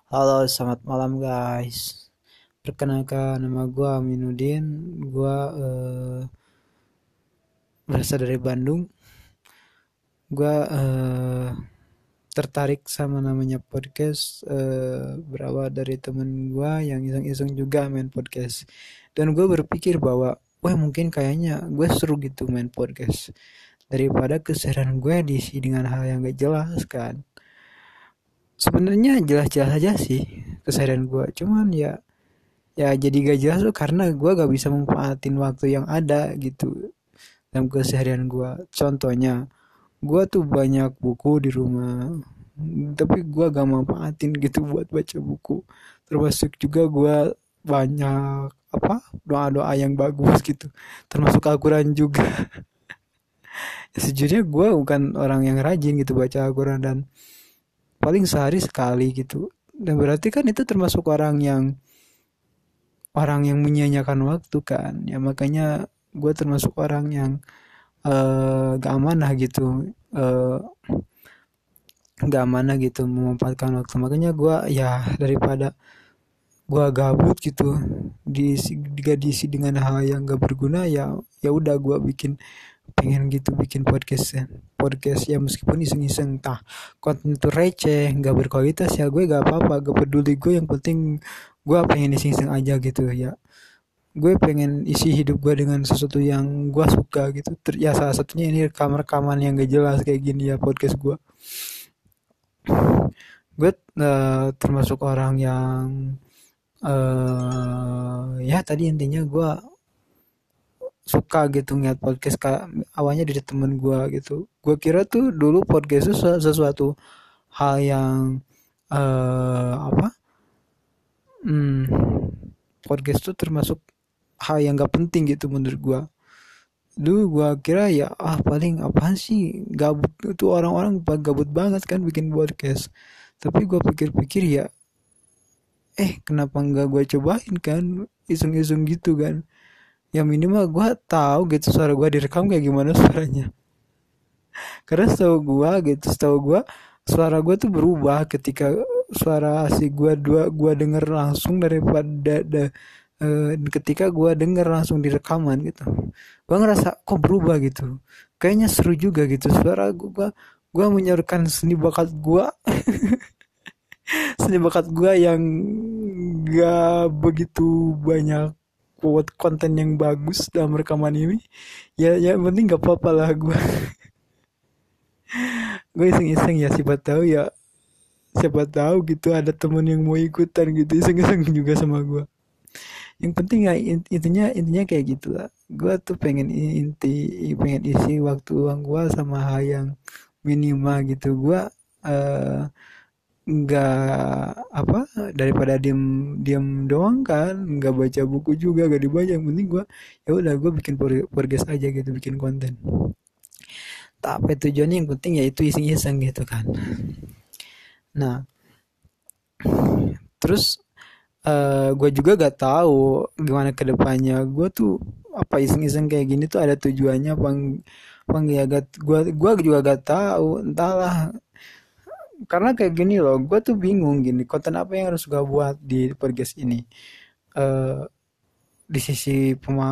Halo, selamat malam guys. Perkenalkan nama gue Aminuddin. Gue berasal dari Bandung. Gue tertarik sama namanya podcast berawal dari temen gue yang iseng-iseng juga main podcast. Dan gue berpikir bahwa, wah mungkin kayaknya gue seru gitu main podcast. Daripada keseharian gue diisi dengan hal yang gak jelas kan. Sebenarnya jelas-jelas aja sih keseharian gue. Cuman ya jadi gak jelas tuh karena gue gak bisa memanfaatin waktu yang ada gitu dalam keseharian gue. Contohnya, gue tuh banyak buku di rumah, tapi gue gak manfaatin gitu buat baca buku. Termasuk juga gue banyak doa-doa yang bagus gitu, termasuk Al-Quran juga. Sejujurnya gue bukan orang yang rajin gitu baca Al-Quran, dan paling sehari sekali gitu. Dan berarti kan itu termasuk orang yang menyia-nyiakan waktu kan, ya makanya gue termasuk orang yang gak amanah gitu, gak amanah gitu memanfaatkan waktu. Makanya gue ya daripada gue gabut gitu diisi dengan hal yang gak berguna, ya udah gue pengen gitu bikin podcast ya, meskipun iseng-iseng, tah konten itu receh nggak berkualitas ya gue gak apa-apa, gak peduli gue, yang penting gue pengen iseng-iseng aja gitu ya. Gue pengen isi hidup gue dengan sesuatu yang gue suka gitu. Ya salah satunya ini rekaman-rekaman yang gak jelas kayak gini ya, podcast gue. Gue termasuk orang yang ya tadi intinya gue suka gitu ngeliat podcast, awalnya dari temen gue gitu. Gue kira tuh dulu podcast itu sesuatu hal yang apa hmm, podcast tuh termasuk hal yang gak penting gitu menurut gue. Dulu gua kira ya paling apaan sih, gabut itu orang-orang gabut banget kan bikin podcast. Tapi gua pikir-pikir ya, kenapa nggak gua cobain kan, iseng-iseng gitu kan. Ya minimal gua tahu gitu suara gua direkam kayak gimana suaranya. Karena setahu gua suara gua tuh berubah ketika suara asli gua denger langsung daripada ketika gua denger langsung di rekaman gitu. Gua ngerasa kok berubah gitu. Kayaknya seru juga gitu suara gua menyalurkan seni bakat gua yang gak begitu banyak buat konten yang bagus dalam rekaman ini. Ya yang penting gak apa-apa lah gue iseng-iseng ya, siapa tahu gitu ada temen yang mau ikutan gitu iseng-iseng juga sama gue. Yang penting ya intinya kayak gitulah. Gue tuh pengen isi waktu luang gue sama hal yang minimal gitu. Gue eh, nggak daripada diem diem doang kan, nggak baca buku juga gak dibaca. Yang penting gue ya udah gue bikin podcast aja gitu, bikin konten. Tapi tujuannya yang penting ya itu iseng-iseng gitu kan. Nah, terus gue juga gak tahu gimana ke depannya. Gue tuh apa iseng-iseng kayak gini tuh ada tujuannya apa ya, gue juga gak tahu, entahlah. Karena kayak gini loh, gue tuh bingung gini, konten apa yang harus gue buat di podcast ini. eh di sisi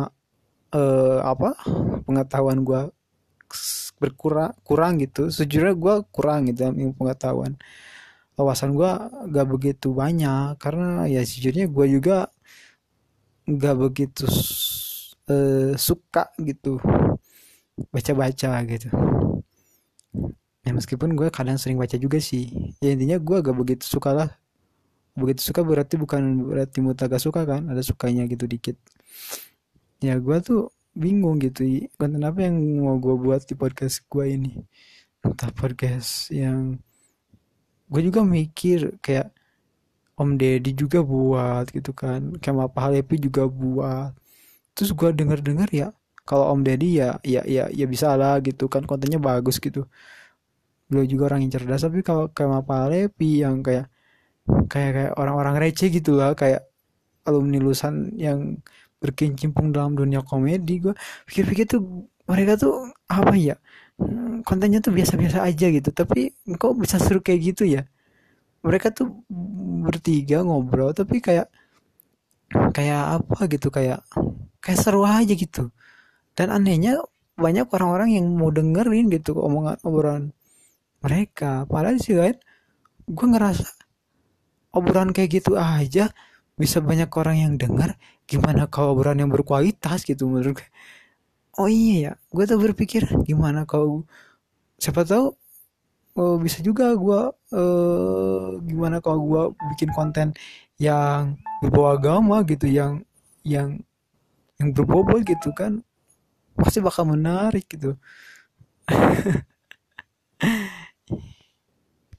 pengetahuan gue kurang gitu. Sejujurnya gue kurang gitu dalam ilmu pengetahuan. Wawasan gue gak begitu banyak karena ya sejujurnya gue juga gak begitu suka gitu baca-baca gitu. Ya meskipun gue kadang sering baca juga sih. Ya intinya gue gak begitu suka lah. Begitu suka berarti bukan berarti muta gak suka kan. Ada sukanya gitu dikit. Ya gue tuh bingung gitu. Konten apa yang mau gue buat di podcast gue ini. Entah podcast yang gue juga mikir kayak Om Deddy juga buat gitu kan. Kayak Pak Halepi juga buat. Terus gue denger-denger ya, kalau Om Deddy ya bisa lah gitu kan, kontennya bagus gitu. Beliau juga orang yang cerdas. Tapi kalau kayak Pak Halepi yang kayak orang-orang receh gitu lah, kayak alumni lulusan yang berkecimpung dalam dunia komedi, gue pikir-pikir tuh mereka tuh apa ya, kontennya tuh biasa-biasa aja gitu, tapi kok bisa seru kayak gitu ya. mereka tuh bertiga ngobrol tapi kayak kayak apa gitu, kayak kayak seru aja gitu. Dan anehnya banyak orang-orang yang mau dengerin gitu omongan obrolan mereka. Padahal sih kan gue ngerasa obrolan kayak gitu aja bisa banyak orang yang dengar, gimana kalau obrolan yang berkualitas gitu menurut gue. Oh iya ya, gue tuh berpikir gimana kalau siapa tahu, oh, bisa juga gue gimana kalau gue bikin konten yang berbau agama gitu, yang yang berbobot gitu kan, pasti bakal menarik gitu.